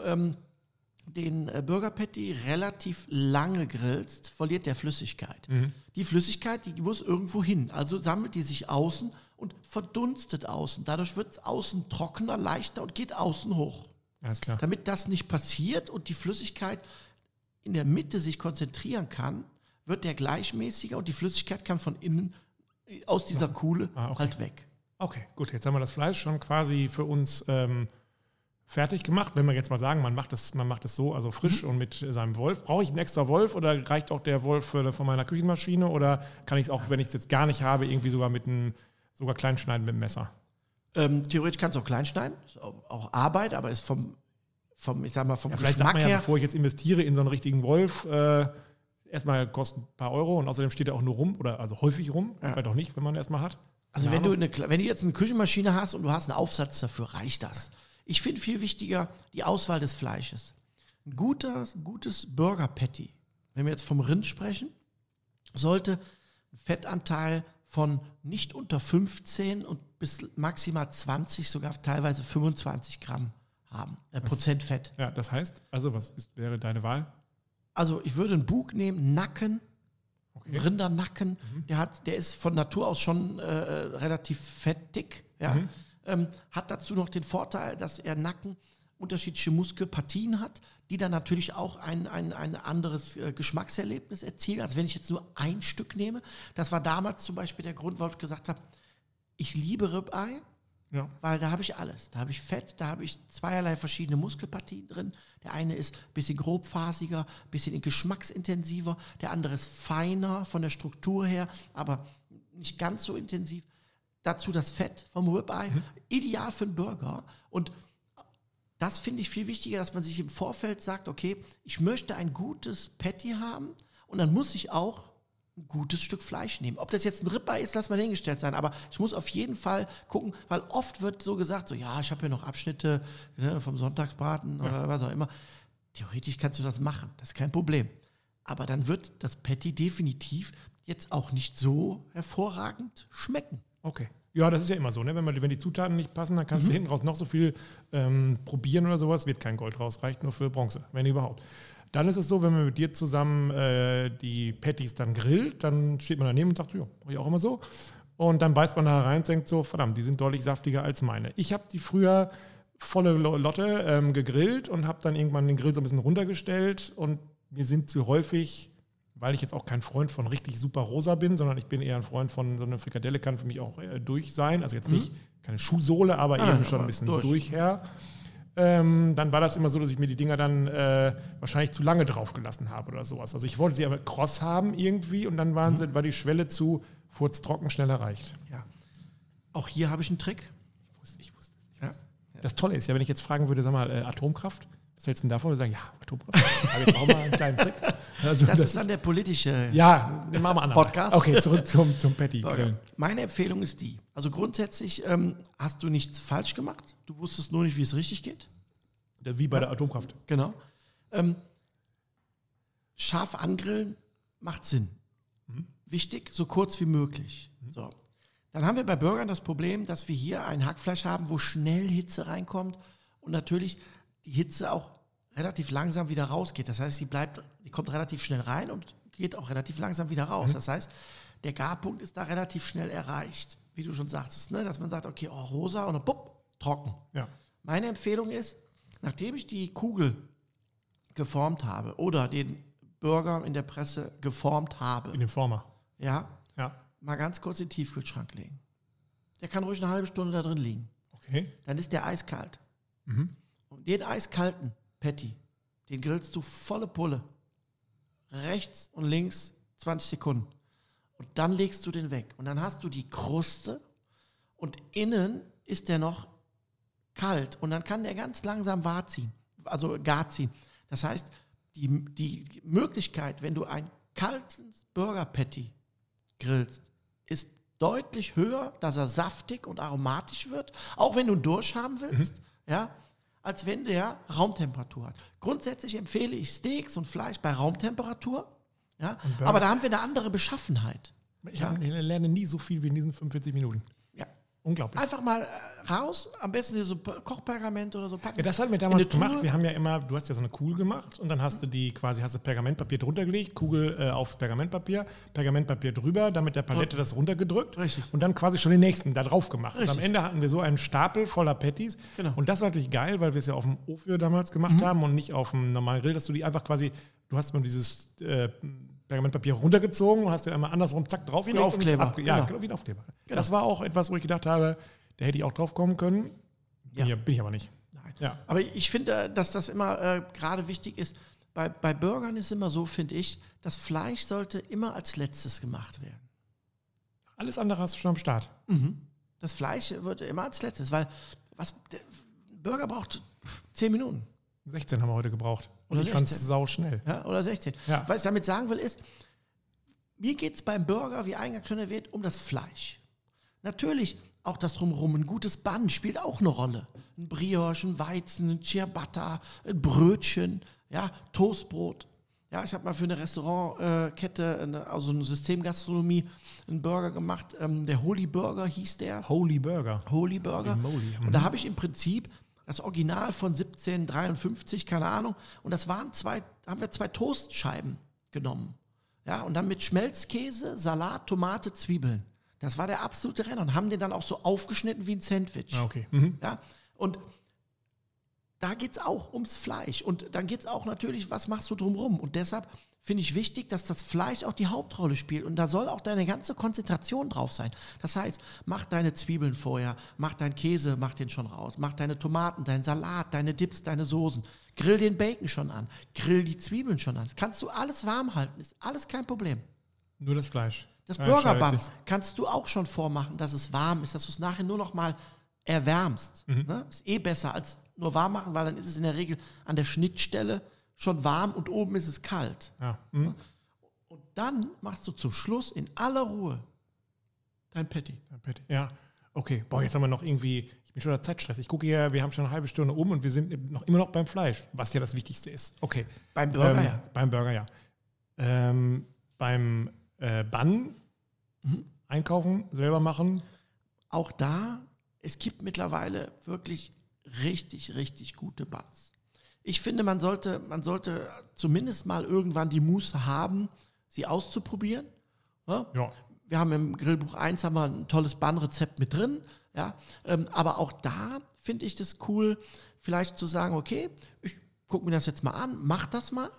den Burger Patty relativ lange grillst, verliert der Flüssigkeit. Die Flüssigkeit, die muss irgendwo hin. Also sammelt die sich außen und verdunstet außen. Dadurch wird es außen trockener, leichter und geht außen hoch. Alles klar. Damit das nicht passiert und die Flüssigkeit in der Mitte sich konzentrieren kann, wird der gleichmäßiger und die Flüssigkeit kann von innen aus dieser Kuhle halt weg. Okay, gut. Jetzt haben wir das Fleisch schon quasi für uns fertig gemacht. Wenn wir jetzt mal sagen, man macht das so, also frisch und mit seinem Wolf. Brauche ich einen extra Wolf oder reicht auch der Wolf von meiner Küchenmaschine oder kann ich es auch, wenn ich es jetzt gar nicht habe, irgendwie sogar sogar klein schneiden mit dem Messer? Theoretisch kannst du auch klein schneiden, ist auch Arbeit, aber ist vom vielleicht Geschmack sagt man ja, her. bevor ich jetzt investiere in so einen richtigen Wolf, erstmal kostet ein paar Euro und außerdem steht er auch nur rum oder also häufig rum, vielleicht auch nicht, wenn man erstmal hat. Also wenn du jetzt eine Küchenmaschine hast und du hast einen Aufsatz dafür, reicht das. Ich finde viel wichtiger die Auswahl des Fleisches. Ein gutes Burger Patty, wenn wir jetzt vom Rind sprechen, sollte einen Fettanteil von nicht unter 15 und bis maximal 20, sogar teilweise 25 Gramm haben. Prozent Fett. Ja, das heißt, also wäre deine Wahl? Also ich würde einen Bug nehmen, Nacken, Okay. Rindernacken, der ist von Natur aus schon relativ fettig. Ja? Hat dazu noch den Vorteil, dass er Nacken unterschiedliche Muskelpartien hat, die dann natürlich auch ein anderes Geschmackserlebnis erzielen, als wenn ich jetzt nur ein Stück nehme. Das war damals zum Beispiel der Grund, warum ich gesagt habe, ich liebe Ribeye, weil da habe ich alles. Da habe ich Fett, da habe ich zweierlei verschiedene Muskelpartien drin. Der eine ist ein bisschen grobfasiger, ein bisschen geschmacksintensiver, der andere ist feiner von der Struktur her, aber nicht ganz so intensiv. Dazu das Fett vom Ribeye, ideal für einen Burger. Und das finde ich viel wichtiger, dass man sich im Vorfeld sagt, okay, ich möchte ein gutes Patty haben und dann muss ich auch ein gutes Stück Fleisch nehmen. Ob das jetzt ein Ribeye ist, lass mal dahingestellt sein, aber ich muss auf jeden Fall gucken, weil oft wird so gesagt, so ja, ich habe hier noch Abschnitte vom Sonntagsbraten oder was auch immer. Theoretisch kannst du das machen, das ist kein Problem. Aber dann wird das Patty definitiv jetzt auch nicht so hervorragend schmecken. Okay. Ja, das ist ja immer so, ne? Wenn die Zutaten nicht passen, dann kannst du hinten raus noch so viel probieren oder sowas, wird kein Gold raus, reicht nur für Bronze, wenn überhaupt. Dann ist es so, wenn man mit dir zusammen die Patties dann grillt, dann steht man daneben und sagt, ja, mache ich auch immer so. Und dann beißt man da rein und denkt so, verdammt, die sind deutlich saftiger als meine. Ich habe die früher volle Lotte gegrillt und habe dann irgendwann den Grill so ein bisschen runtergestellt und mir sind zu häufig, weil ich jetzt auch kein Freund von richtig super rosa bin, sondern ich bin eher ein Freund von so einer Frikadelle, kann für mich auch durch sein. Also jetzt nicht keine Schuhsohle, aber eben schon ein bisschen durchher. Dann war das immer so, dass ich mir die Dinger dann wahrscheinlich zu lange drauf gelassen habe oder sowas. Also ich wollte sie aber kross haben irgendwie und dann war die Schwelle zu furztrocken schnell erreicht. Ja. Auch hier habe ich einen Trick. Ich wusste. Das Tolle ist ja, wenn ich jetzt fragen würde, sag mal, Atomkraft, was hältst du denn davon? Wir sagen, ja, Atomkraft. Aber jetzt auch mal einen kleinen Trick. Also das ist dann der politische ja, den machen wir anders. Podcast. Okay, zurück zum Patty-Grillen. Meine Empfehlung ist die. Also grundsätzlich hast du nichts falsch gemacht. Du wusstest nur nicht, wie es richtig geht. Wie bei der Atomkraft. Genau. Scharf angrillen macht Sinn. Wichtig, so kurz wie möglich. So. Dann haben wir bei Burgern das Problem, dass wir hier ein Hackfleisch haben, wo schnell Hitze reinkommt und natürlich die Hitze auch relativ langsam wieder rausgeht. Das heißt, die kommt relativ schnell rein und geht auch relativ langsam wieder raus. Das heißt, der Garpunkt ist da relativ schnell erreicht. Wie du schon sagtest, ne? Dass man sagt, okay, rosa und dann pupp, trocken. Ja. Meine Empfehlung ist, nachdem ich die Kugel geformt habe oder den Burger in der Presse geformt habe. In dem Former. Ja. Ja. Mal ganz kurz in den Tiefkühlschrank legen. Der kann ruhig eine halbe Stunde da drin liegen. Okay. Dann ist der eiskalt. Und den eiskalten Patty, den grillst du volle Pulle. Rechts und links 20 Sekunden. Und dann legst du den weg. Und dann hast du die Kruste und innen ist der noch kalt. Und dann kann der ganz langsam gar ziehen. Das heißt, die Möglichkeit, wenn du ein kaltes Burger Patty grillst, ist deutlich höher, dass er saftig und aromatisch wird, auch wenn du einen Durst haben willst, ja, als wenn der Raumtemperatur hat. Grundsätzlich empfehle ich Steaks und Fleisch bei Raumtemperatur, ja, aber da haben wir eine andere Beschaffenheit. Ich lerne nie so viel wie in diesen 45 Minuten. Ja. Unglaublich. Einfach mal raus, am besten hier so Kochpergament oder so packen. Ja, das hatten wir damals gemacht. Wir haben ja immer, du hast ja so eine Kugel gemacht und dann hast du Pergamentpapier drunter gelegt, Kugel aufs Pergamentpapier drüber, damit der Palette das runtergedrückt. Richtig. Und dann quasi schon den nächsten da drauf gemacht. Richtig. Und am Ende hatten wir so einen Stapel voller Patties. Genau. Und das war natürlich geil, weil wir es ja auf dem Ofen damals gemacht haben und nicht auf dem normalen Grill, dass du die einfach quasi, du hast mal dieses Pergamentpapier runtergezogen und hast den einmal andersrum, zack, drauf. Wie ein Aufkleber. Ja, wie ein Aufkleber. Genau. Das war auch etwas, wo ich gedacht habe, da hätte ich auch drauf kommen können. Ja. Bin ich aber nicht. Nein. Ja. Aber ich finde, dass das immer gerade wichtig ist. Bei Burgern ist immer so, finde ich, das Fleisch sollte immer als letztes gemacht werden. Alles andere hast du schon am Start. Das Fleisch wird immer als letztes, weil der Burger braucht 10 Minuten. 16 haben wir heute gebraucht. Und Oder ich fand es sau schnell. Ja, oder 16. Ja. Was ich damit sagen will, ist, mir geht es beim Burger, wie eingangs schon erwähnt, um das Fleisch. Natürlich auch das Drumherum. Ein gutes Bun spielt auch eine Rolle. Ein Brioche, ein Weizen, ein Ciabatta, ein Brötchen, ja, Toastbrot. Ja, ich habe mal für eine Restaurantkette, also eine Systemgastronomie, einen Burger gemacht. Der Holy Burger hieß der. Holy Burger. Holy Burger. Moly. Und da habe ich im Prinzip das Original von 1753, keine Ahnung. Und das haben wir 2 Toastscheiben genommen. Ja, und dann mit Schmelzkäse, Salat, Tomate, Zwiebeln. Das war der absolute Renner. Und haben den dann auch so aufgeschnitten wie ein Sandwich. Ah, okay. Ja, und da geht es auch ums Fleisch. Und dann geht es auch natürlich, was machst du drumherum? Und deshalb finde ich wichtig, dass das Fleisch auch die Hauptrolle spielt. Und da soll auch deine ganze Konzentration drauf sein. Das heißt, mach deine Zwiebeln vorher, mach deinen Käse, mach den schon raus, mach deine Tomaten, deinen Salat, deine Dips, deine Soßen. Grill den Bacon schon an, grill die Zwiebeln schon an. Kannst du alles warm halten, ist alles kein Problem. Nur das Fleisch. Das Burger Bun kannst du auch schon vormachen, dass es warm ist, dass du es nachher nur noch mal erwärmst. Ne? Ist besser als nur warm machen, weil dann ist es in der Regel an der Schnittstelle schon warm und oben ist es kalt. Ja. Und dann machst du zum Schluss in aller Ruhe dein Patty. Ja, okay. Boah, jetzt haben wir noch irgendwie, ich bin schon unter Zeitstress. Ich gucke hier, wir haben schon eine halbe Stunde und wir sind immer noch beim Fleisch, was ja das Wichtigste ist. Okay. Beim Burger, ja. Beim Burger, ja. Beim Bun einkaufen, selber machen. auch da, es gibt mittlerweile wirklich richtig, richtig gute Buns. Ich finde, man sollte zumindest mal irgendwann die Muße haben, sie auszuprobieren. Ja? Ja. Wir haben im Grillbuch 1 haben wir ein tolles Bun-Rezept mit drin. Ja? Aber auch da finde ich das cool, vielleicht zu sagen, okay, ich gucke mir das jetzt mal an, mach das mal,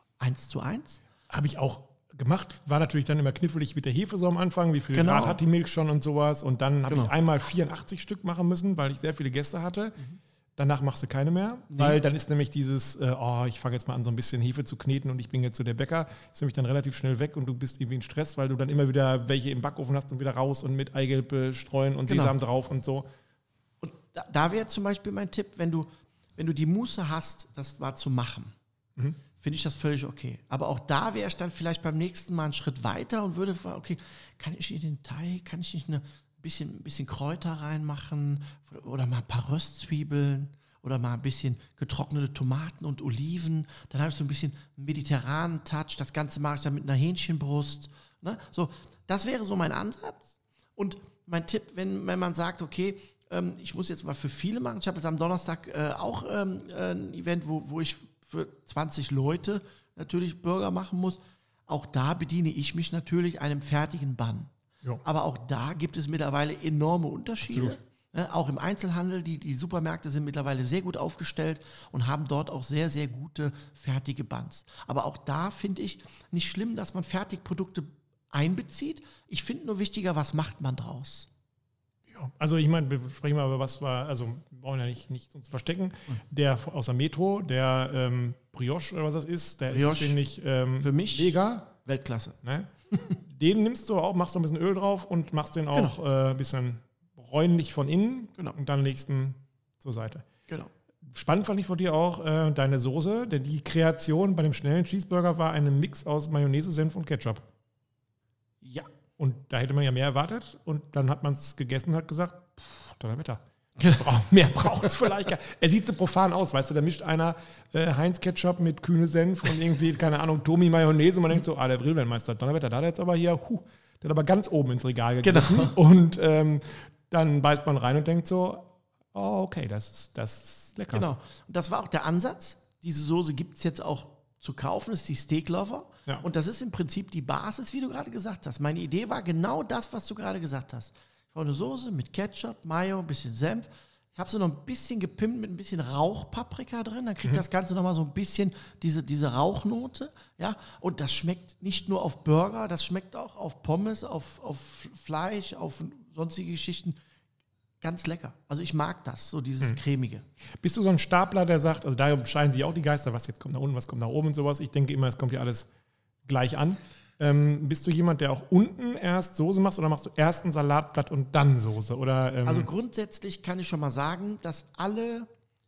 1:1. Habe ich auch gemacht. War natürlich dann immer knifflig mit der Hefe so am Anfang. Wie viel Genau. Grad hat die Milch schon und sowas. Und dann habe Genau. ich einmal 84 Stück machen müssen, weil ich sehr viele Gäste hatte. Danach machst du keine mehr, Nee. weil dann ist nämlich dieses, ich fange jetzt mal an, so ein bisschen Hefe zu kneten und ich bin jetzt so der Bäcker, ist nämlich dann relativ schnell weg und du bist irgendwie in Stress, weil du dann immer wieder welche im Backofen hast und wieder raus und mit Eigelb bestreuen und Genau. Sesam drauf und so. Und da wäre zum Beispiel mein Tipp, wenn du die Muße hast, das mal zu machen, finde ich das völlig okay. Aber auch da wäre ich dann vielleicht beim nächsten Mal einen Schritt weiter und würde fragen, okay, kann ich in den Teig, kann ich nicht ein bisschen Kräuter reinmachen oder mal ein paar Röstzwiebeln oder mal ein bisschen getrocknete Tomaten und Oliven. Dann habe ich so ein bisschen mediterranen Touch. Das Ganze mache ich dann mit einer Hähnchenbrust. Ne? So, das wäre so mein Ansatz. Und mein Tipp, wenn man sagt, okay, ich muss jetzt mal für viele machen. Ich habe jetzt am Donnerstag auch ein Event, wo ich für 20 Leute natürlich Burger machen muss. Auch da bediene ich mich natürlich einem fertigen Bun. Ja. Aber auch da gibt es mittlerweile enorme Unterschiede. Absolut. Auch im Einzelhandel, die Supermärkte sind mittlerweile sehr gut aufgestellt und haben dort auch sehr, sehr gute fertige Buns. Aber auch da finde ich nicht schlimm, dass man Fertigprodukte einbezieht. Ich finde nur wichtiger, was macht man draus? Ja. Also ich meine, wir sprechen mal über was war, also wir brauchen ja nicht uns verstecken. Der aus der Metro, der Brioche oder was das ist, der Brioche, ist, finde ich, für mich mega. Weltklasse. Ne? Den nimmst du auch, machst du ein bisschen Öl drauf und machst den auch ein bisschen bräunlich von innen und dann legst ihn zur Seite. Genau. Spannend fand ich von dir auch deine Soße, denn die Kreation bei dem schnellen Cheeseburger war ein Mix aus Mayonnaise, Senf und Ketchup. Ja. Und da hätte man ja mehr erwartet und dann hat man es gegessen und hat gesagt, Donnerwetter. Mehr braucht es vielleicht gar nicht. Er sieht so profan aus, weißt du, da mischt einer Heinz-Ketchup mit kühne Senf und irgendwie, keine Ahnung, Tomi-Mayonnaise und man denkt so, der Grillweltmeister, Donnerwetter, da hat er jetzt aber hier, der hat aber ganz oben ins Regal gegriffen. Genau. Und dann beißt man rein und denkt so, okay, das ist lecker. Genau. Und das war auch der Ansatz. Diese Soße gibt es jetzt auch zu kaufen, das ist die Steak Lover. Ja. Und das ist im Prinzip die Basis, wie du gerade gesagt hast. Meine Idee war genau das, was du gerade gesagt hast. Ich brauche eine Soße mit Ketchup, Mayo, ein bisschen Senf. Ich habe sie noch ein bisschen gepimpt mit ein bisschen Rauchpaprika drin. Dann kriegt das Ganze nochmal so ein bisschen diese Rauchnote. Ja? Und das schmeckt nicht nur auf Burger, das schmeckt auch auf Pommes, auf Fleisch, auf sonstige Geschichten. Ganz lecker. Also ich mag das, so dieses Cremige. Bist du so ein Stapler, der sagt, also da scheiden sich auch die Geister, was jetzt kommt nach unten, was kommt nach oben und sowas. Ich denke immer, es kommt ja alles gleich an. Bist du jemand, der auch unten erst Soße machst oder machst du erst ein Salatblatt und dann Soße? Oder, Also grundsätzlich kann ich schon mal sagen, dass alle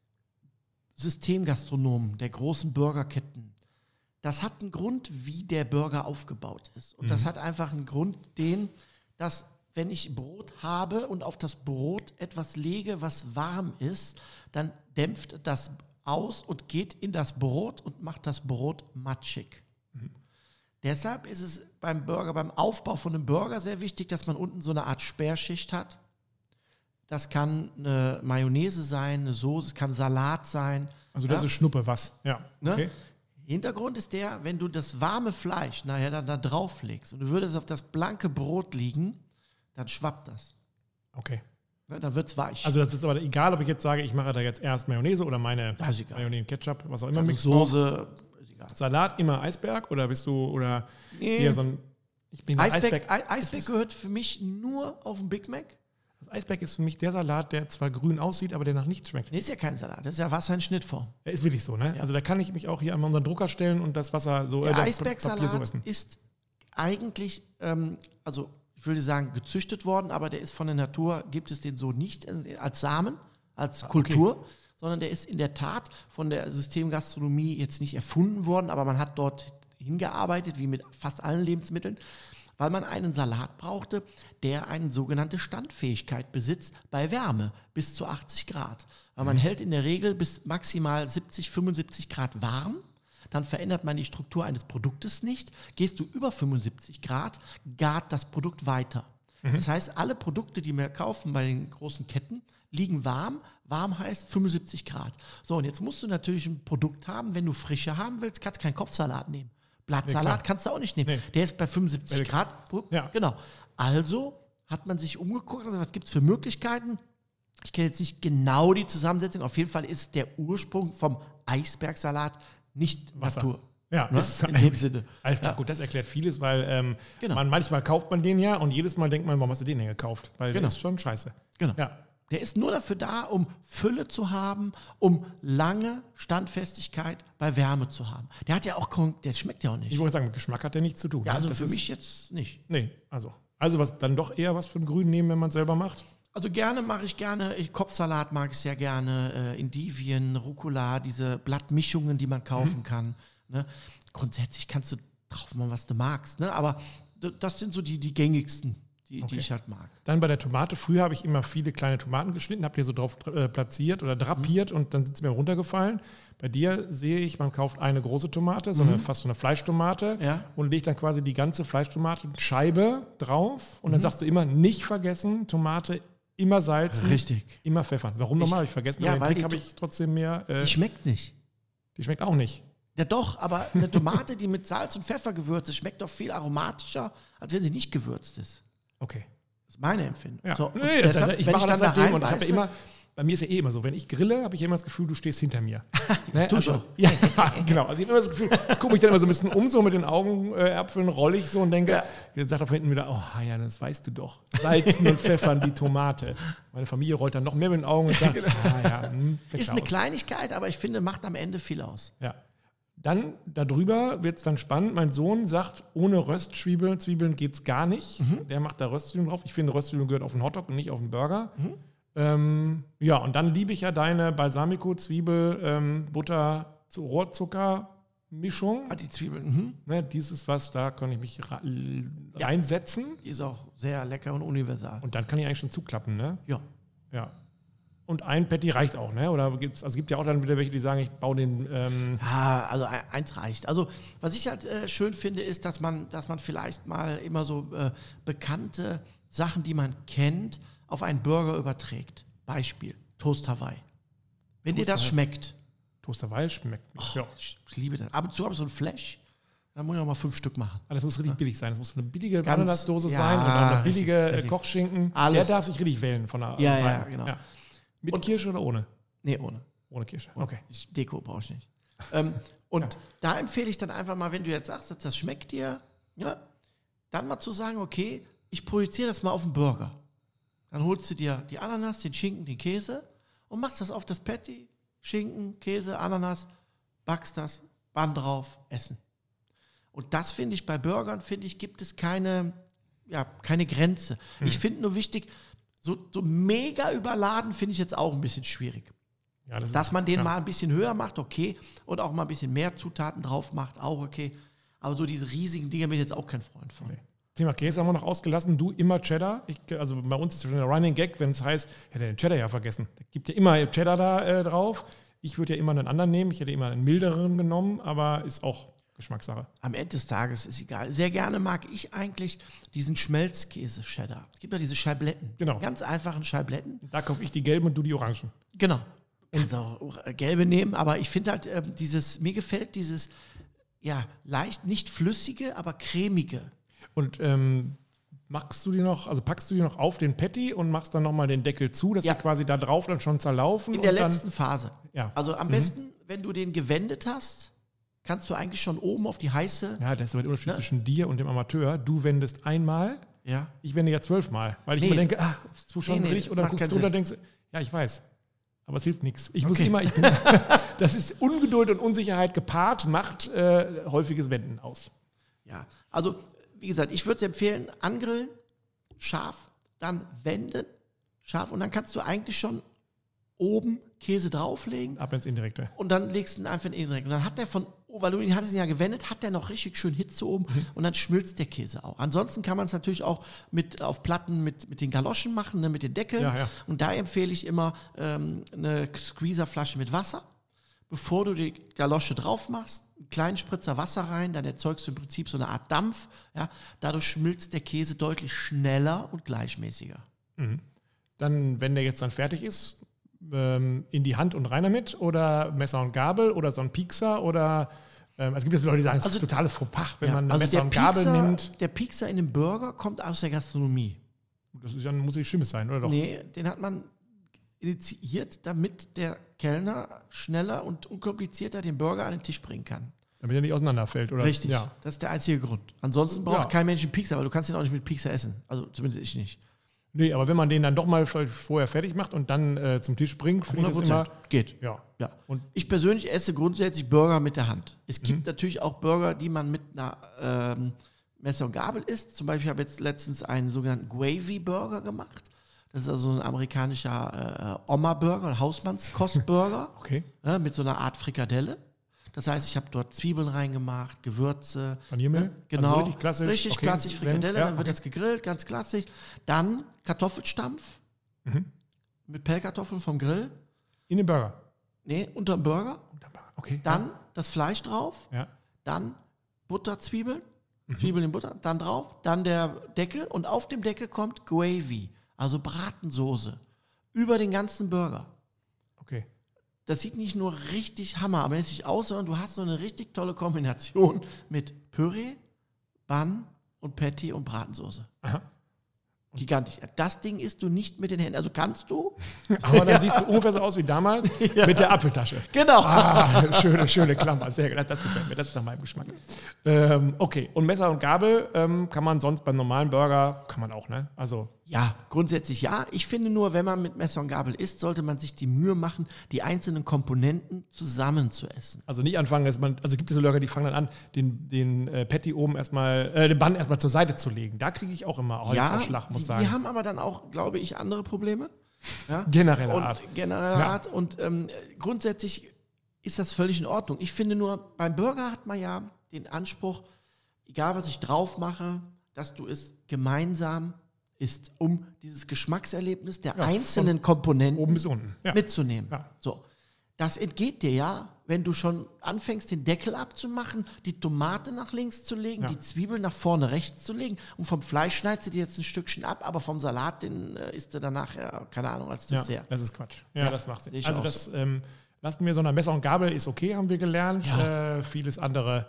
Systemgastronomen der großen Burgerketten, das hat einen Grund, wie der Burger aufgebaut ist. Und das hat einfach einen Grund, dass wenn ich Brot habe und auf das Brot etwas lege, was warm ist, dann dämpft das aus und geht in das Brot und macht das Brot matschig. Deshalb ist es beim Aufbau von einem Burger sehr wichtig, dass man unten so eine Art Sperrschicht hat. Das kann eine Mayonnaise sein, eine Soße, es kann Salat sein. also das ist Schnuppe, was? Ja, Ne? okay. Hintergrund ist der, wenn du das warme Fleisch nachher dann da drauf legst und du würdest auf das blanke Brot liegen, dann schwappt das. Okay. Ne? Dann wird es weich. Also das ist aber egal, ob ich jetzt sage, ich mache da jetzt erst Mayonnaise oder meine Das ist egal. Mayonnaise, Ketchup, was auch immer. Also Mix drauf. Soße, ist egal. Salat immer Eisberg oder bist du, oder Nee. eher so ein, ich bin Eisberg gehört für mich nur auf den Big Mac. Das Eisberg ist für mich der Salat, der zwar grün aussieht, aber der nach nichts schmeckt. Nee, ist ja kein Salat, das ist ja Wasser in Schnittform. Er ist wirklich so, ne? Ja. Also da kann ich mich auch hier an unseren Drucker stellen und das Wasser so, Der das Papier Eisbergsalat so essen. ist eigentlich, also ich würde sagen, gezüchtet worden, aber der ist von der Natur, gibt es den so nicht als Samen, als Kultur, sondern der ist in der Tat von der Systemgastronomie jetzt nicht erfunden worden, aber man hat dort hingearbeitet, wie mit fast allen Lebensmitteln, weil man einen Salat brauchte, der eine sogenannte Standfähigkeit besitzt bei Wärme bis zu 80 Grad. Weil man hält in der Regel bis maximal 70, 75 Grad warm, dann verändert man die Struktur eines Produktes nicht. Gehst du über 75 Grad, gart das Produkt weiter. Das heißt, alle Produkte, die wir kaufen bei den großen Ketten, liegen warm. Warm heißt 75 Grad. So, und jetzt musst du natürlich ein Produkt haben, wenn du Frische haben willst, kannst du keinen Kopfsalat nehmen. Blattsalat kannst du auch nicht nehmen. Nee. Der ist bei 75 Grad. Ja. Genau. Also hat man sich umgeguckt, also was gibt es für Möglichkeiten? Ich kenne jetzt nicht genau die Zusammensetzung. Auf jeden Fall ist der Ursprung vom Eisbergsalat nicht Wasser. Natur. Ja, ne? In dem Sinne. Alles klar, gut, das erklärt vieles, weil manchmal kauft man den ja und jedes Mal denkt man, warum hast du den denn gekauft? Weil der ist schon scheiße. Genau. Ja. Der ist nur dafür da, um Fülle zu haben, um lange Standfestigkeit bei Wärme zu haben. Der hat ja auch, der schmeckt ja auch nicht. Ich wollte sagen, mit Geschmack hat der nichts zu tun. Ja, also das für mich jetzt nicht. Nee, also was dann doch eher was für einen Grün nehmen, wenn man es selber macht? Also mache ich gerne, Kopfsalat mag ich sehr gerne, Endivien, Rucola, diese Blattmischungen, die man kaufen kann. Ne? Grundsätzlich kannst du drauf machen, was du magst, ne? Aber das sind so die gängigsten, die ich halt mag. Dann bei der Tomate, früher habe ich immer viele kleine Tomaten geschnitten, habe die so drauf platziert oder drapiert und dann sind sie mir runtergefallen. Bei dir sehe ich, man kauft eine große Tomate, fast so eine Fleischtomate und legt dann quasi die ganze Fleischtomatenscheibe drauf und dann sagst du immer, nicht vergessen, Tomate immer salzen, richtig, immer pfeffern. Warum nochmal? Habe ich vergessen, ja, aber den Trick habe ich trotzdem mehr. Die schmeckt nicht. Die schmeckt auch nicht. Ja doch, aber eine Tomate, die mit Salz und Pfeffer gewürzt ist, schmeckt doch viel aromatischer, als wenn sie nicht gewürzt ist. Okay. Das ist meine Empfindung. Ja. So, nee, ich mache das seitdem und ich habe immer, bei mir ist ja immer so, wenn ich grille, habe ich immer das Gefühl, du stehst hinter mir. Ne? Tu schon. Ja, genau. Also ich habe immer das Gefühl, gucke mich dann immer so ein bisschen um, so mit den Augenäpfeln rolle ich so und denke, jetzt sagt er von hinten wieder, oh ja, das weißt du doch. Salzen und Pfeffern die Tomate. Meine Familie rollt dann noch mehr mit den Augen und sagt, ist eine Kleinigkeit, aber ich finde, macht am Ende viel aus. Ja. Dann, darüber wird es dann spannend. Mein Sohn sagt, ohne Röstzwiebeln geht es gar nicht. Der macht da Röstzwiebeln drauf. Ich finde, Röstzwiebeln gehört auf einen Hotdog und nicht auf einen Burger. Ja, und dann liebe ich ja deine Balsamico, Zwiebel, Butter, Rohrzucker-Mischung. Die Zwiebeln. Ne, dieses was, da kann ich mich reinsetzen. Die ist auch sehr lecker und universal. Und dann kann ich eigentlich schon zuklappen, ne? Ja. Und ein Patty reicht auch, ne? Oder es gibt ja auch dann wieder welche, die sagen, ich baue den. Also eins reicht. Also was ich halt schön finde, ist, dass man vielleicht mal immer so bekannte Sachen, die man kennt, auf einen Burger überträgt. Beispiel Toast Hawaii. Wenn dir das schmeckt. Toast Hawaii schmeckt. Ja. Ich liebe das. Ab und zu habe ich so ein Flash. Dann muss ich auch mal 5 Stück machen. Das muss richtig billig sein. Das muss eine billige Ananasdose sein und auch eine billige richtig. Kochschinken. Alles. Der darf sich richtig wählen von der Seite. Ja, genau. Ja. Mit Kirsche oder ohne? Nee, ohne. Ohne Kirsche, okay. Deko brauche ich nicht. Und da empfehle ich dann einfach mal, wenn du jetzt sagst, das schmeckt dir, dann mal zu sagen, okay, ich projiziere das mal auf den Burger. Dann holst du dir die Ananas, den Schinken, den Käse und machst das auf das Patty, Schinken, Käse, Ananas, backst das, Bann drauf, essen. Und das finde ich bei Burgern, gibt es keine Grenze. Ich finde nur wichtig, so mega überladen finde ich jetzt auch ein bisschen schwierig. Ja, dass man den mal ein bisschen höher macht, okay, und auch mal ein bisschen mehr Zutaten drauf macht, auch okay. Aber so diese riesigen Dinge bin ich jetzt auch kein Freund von. Nee. Thema Käse haben wir noch ausgelassen. Du immer Cheddar. Also bei uns ist ja schon der Running Gag, wenn es heißt, ich hätte den Cheddar ja vergessen. Es gibt ja immer Cheddar da drauf. Ich würde ja immer einen anderen nehmen. Ich hätte immer einen milderen genommen, aber ist auch Geschmackssache. Am Ende des Tages ist egal. Sehr gerne mag ich eigentlich diesen Schmelzkäse-Cheddar. Es gibt ja diese Scheibletten. Genau. Ganz einfachen Scheibletten. Da kaufe ich die gelben und du die orangen. Genau. Kannst auch gelbe nehmen, aber ich finde halt mir gefällt dieses leicht nicht flüssige, aber cremige. Und packst du die noch auf den Patty und machst dann nochmal den Deckel zu, dass sie quasi da drauf dann schon zerlaufen? In der letzten Phase. Ja. Also am besten, wenn du den gewendet hast, kannst du eigentlich schon oben auf die heiße... Ja, das ist aber der Unterschied zwischen dir und dem Amateur. Du wendest einmal, ich wende ja 12 Mal. Weil ich immer denke, ist schon richtig? Oder guckst du und denkst, ja, ich weiß. Aber es hilft nichts. Das ist Ungeduld und Unsicherheit gepaart, macht häufiges Wenden aus. Ja, also wie gesagt, ich würde es empfehlen, angrillen, scharf, dann wenden, scharf und dann kannst du eigentlich schon oben Käse drauflegen. Ab ins Indirekte. Und dann legst du ihn einfach in den Indirekte. Und dann hat der weil du ihn hattest ihn ja gewendet, hat der noch richtig schön Hitze oben und dann schmilzt der Käse auch. Ansonsten kann man es natürlich auch auf Platten mit den Galoschen machen, ne, mit den Deckeln. Ja. Und da empfehle ich immer eine Squeezerflasche mit Wasser. Bevor du die Galosche drauf machst, einen kleinen Spritzer Wasser rein, dann erzeugst du im Prinzip so eine Art Dampf. Ja? Dadurch schmilzt der Käse deutlich schneller und gleichmäßiger. Mhm. Dann, wenn der jetzt dann fertig ist, in die Hand und rein damit oder Messer und Gabel oder so ein Piekser oder es gibt jetzt Leute, die sagen, es ist totale Fauxpas, wenn man Messer und Gabel nimmt. Der Piekser in dem Burger kommt aus der Gastronomie. Das ist dann, muss nicht Schlimmes sein, oder doch? Nee, den hat man initiiert, damit der Kellner schneller und unkomplizierter den Burger an den Tisch bringen kann. Damit er nicht auseinanderfällt, oder? Richtig, ja. Das ist der einzige Grund. Ansonsten braucht kein Mensch einen Piekser, aber du kannst den auch nicht mit Piekser essen. Also zumindest ich nicht. Nee, aber wenn man den dann doch mal vorher fertig macht und dann zum Tisch bringt, finde ich das immer... Geht. Ja. Und ich persönlich esse grundsätzlich Burger mit der Hand. Es gibt natürlich auch Burger, die man mit einer Messer und Gabel isst. Zum Beispiel habe ich jetzt letztens einen sogenannten Gravy-Burger gemacht. Das ist also ein amerikanischer Oma-Burger oder Hausmannskost-Burger. Okay. Mit so einer Art Frikadelle. Das heißt, ich habe dort Zwiebeln reingemacht, Gewürze. Paniermehl? Genau. Also richtig klassisch. Richtig klassisch Frikadelle, dann wird das gegrillt, ganz klassisch. Dann Kartoffelstampf mit Pellkartoffeln vom Grill. In den Burger? Nee, unterm Burger. Okay. Dann das Fleisch drauf. Ja. Dann Butter, Zwiebeln. Zwiebeln in Butter. Dann drauf. Dann der Deckel. Und auf dem Deckel kommt Gravy, also Bratensoße, über den ganzen Burger. Okay. Das sieht nicht nur richtig hammermäßig aus, sondern du hast so eine richtig tolle Kombination mit Püree, Bun und Patty und Bratensoße. Aha. Gigantisch. Das Ding isst du nicht mit den Händen. Also kannst du. Aber dann siehst du ungefähr so aus wie damals mit der Apfeltasche. Genau. Schöne Klammer. Sehr gut. Das gefällt mir. Das ist nach meinem Geschmack. Okay. Und Messer und Gabel kann man sonst beim normalen Burger, kann man auch, ne? Also. Ja, grundsätzlich ja. Ich finde nur, wenn man mit Messer und Gabel isst, sollte man sich die Mühe machen, die einzelnen Komponenten zusammen zu essen. Also nicht anfangen, also gibt es so Leute, die fangen dann an, den Patty oben erstmal, den Bun erstmal zur Seite zu legen. Da kriege ich auch immer Holzerschlag, muss ich sagen. Die haben aber dann auch, glaube ich, andere Probleme. Ja? Genereller Art. Und grundsätzlich ist das völlig in Ordnung. Ich finde nur, beim Burger hat man ja den Anspruch, egal was ich drauf mache, dass du es gemeinsam ist, um dieses Geschmackserlebnis der einzelnen Komponenten oben bis unten mitzunehmen. Ja. So. Das entgeht dir ja, wenn du schon anfängst, den Deckel abzumachen, die Tomate nach links zu legen, die Zwiebel nach vorne rechts zu legen und vom Fleisch schneidest du dir jetzt ein Stückchen ab, aber vom Salat, den isst du danach, keine Ahnung, als Dessert. Ja, das ist Quatsch. Ja, das macht Sinn. Also das lassen wir so, ein Messer und Gabel ist okay, haben wir gelernt. Ja. Vieles andere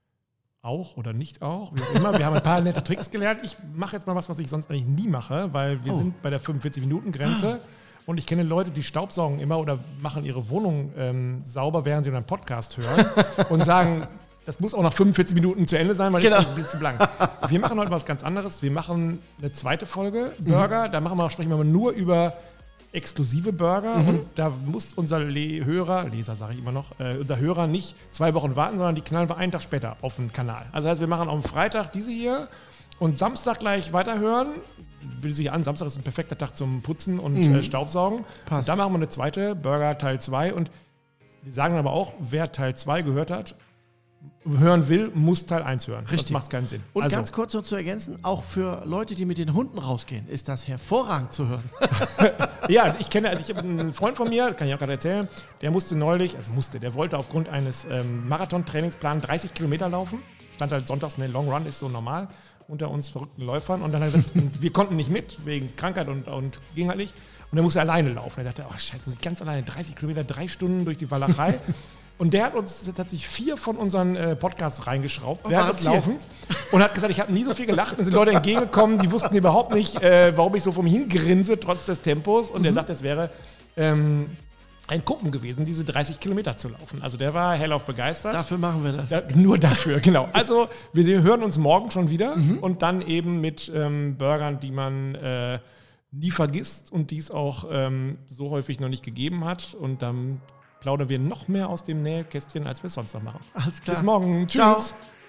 auch oder nicht auch, wie auch immer. Wir haben ein paar nette Tricks gelernt. Ich mache jetzt mal was ich sonst eigentlich nie mache, weil wir sind bei der 45-Minuten-Grenze und ich kenne Leute, die staubsaugen immer oder machen ihre Wohnung sauber, während sie einen Podcast hören und sagen, das muss auch nach 45 Minuten zu Ende sein, weil das ist blitzeblank. Wir machen heute was ganz anderes. Wir machen eine zweite Folge Burger. Da sprechen wir mal nur über exklusive Burger und da muss unser Leser sage ich immer noch, unser Hörer nicht 2 Wochen warten, sondern die knallen wir einen Tag später auf den Kanal. Also das heißt, wir machen am Freitag diese hier und Samstag gleich weiterhören. Bitte sich an, Samstag ist ein perfekter Tag zum Putzen und Staubsaugen. Passt. Und da machen wir eine zweite, Burger Teil 2 und wir sagen aber auch, wer Teil 2 hören will, muss Teil 1 hören. Richtig. Das macht keinen Sinn. Und ganz kurz noch zu ergänzen, auch für Leute, die mit den Hunden rausgehen, ist das hervorragend zu hören. Ja, ich habe einen Freund von mir, kann ich auch gerade erzählen, der der wollte aufgrund eines Marathon-Trainingsplans 30 Kilometer laufen. Stand halt sonntags, Long Run ist so normal unter uns verrückten Läufern. Und dann hat er gesagt, wir konnten nicht mit, wegen Krankheit und ging halt nicht. Und er musste alleine laufen. Er dachte, oh Scheiße, muss ich ganz alleine 30 Kilometer, 3 Stunden durch die Walachei. Und der hat sich 4 von unseren Podcasts reingeschraubt während des Laufens und hat gesagt, ich habe nie so viel gelacht. Mir sind Leute entgegengekommen, die wussten überhaupt nicht, warum ich so vor mir hingrinse, trotz des Tempos. Und der sagt, es wäre ein Kuppen gewesen, diese 30 Kilometer zu laufen. Also der war hellauf begeistert. Dafür machen wir das. Ja, nur dafür, genau. Also wir hören uns morgen schon wieder und dann eben mit Burgern, die man nie vergisst und die es auch so häufig noch nicht gegeben hat. Und dann plaudern wir noch mehr aus dem Nähkästchen, als wir es sonst noch machen. Alles klar. Bis morgen. Tschüss. Ciao.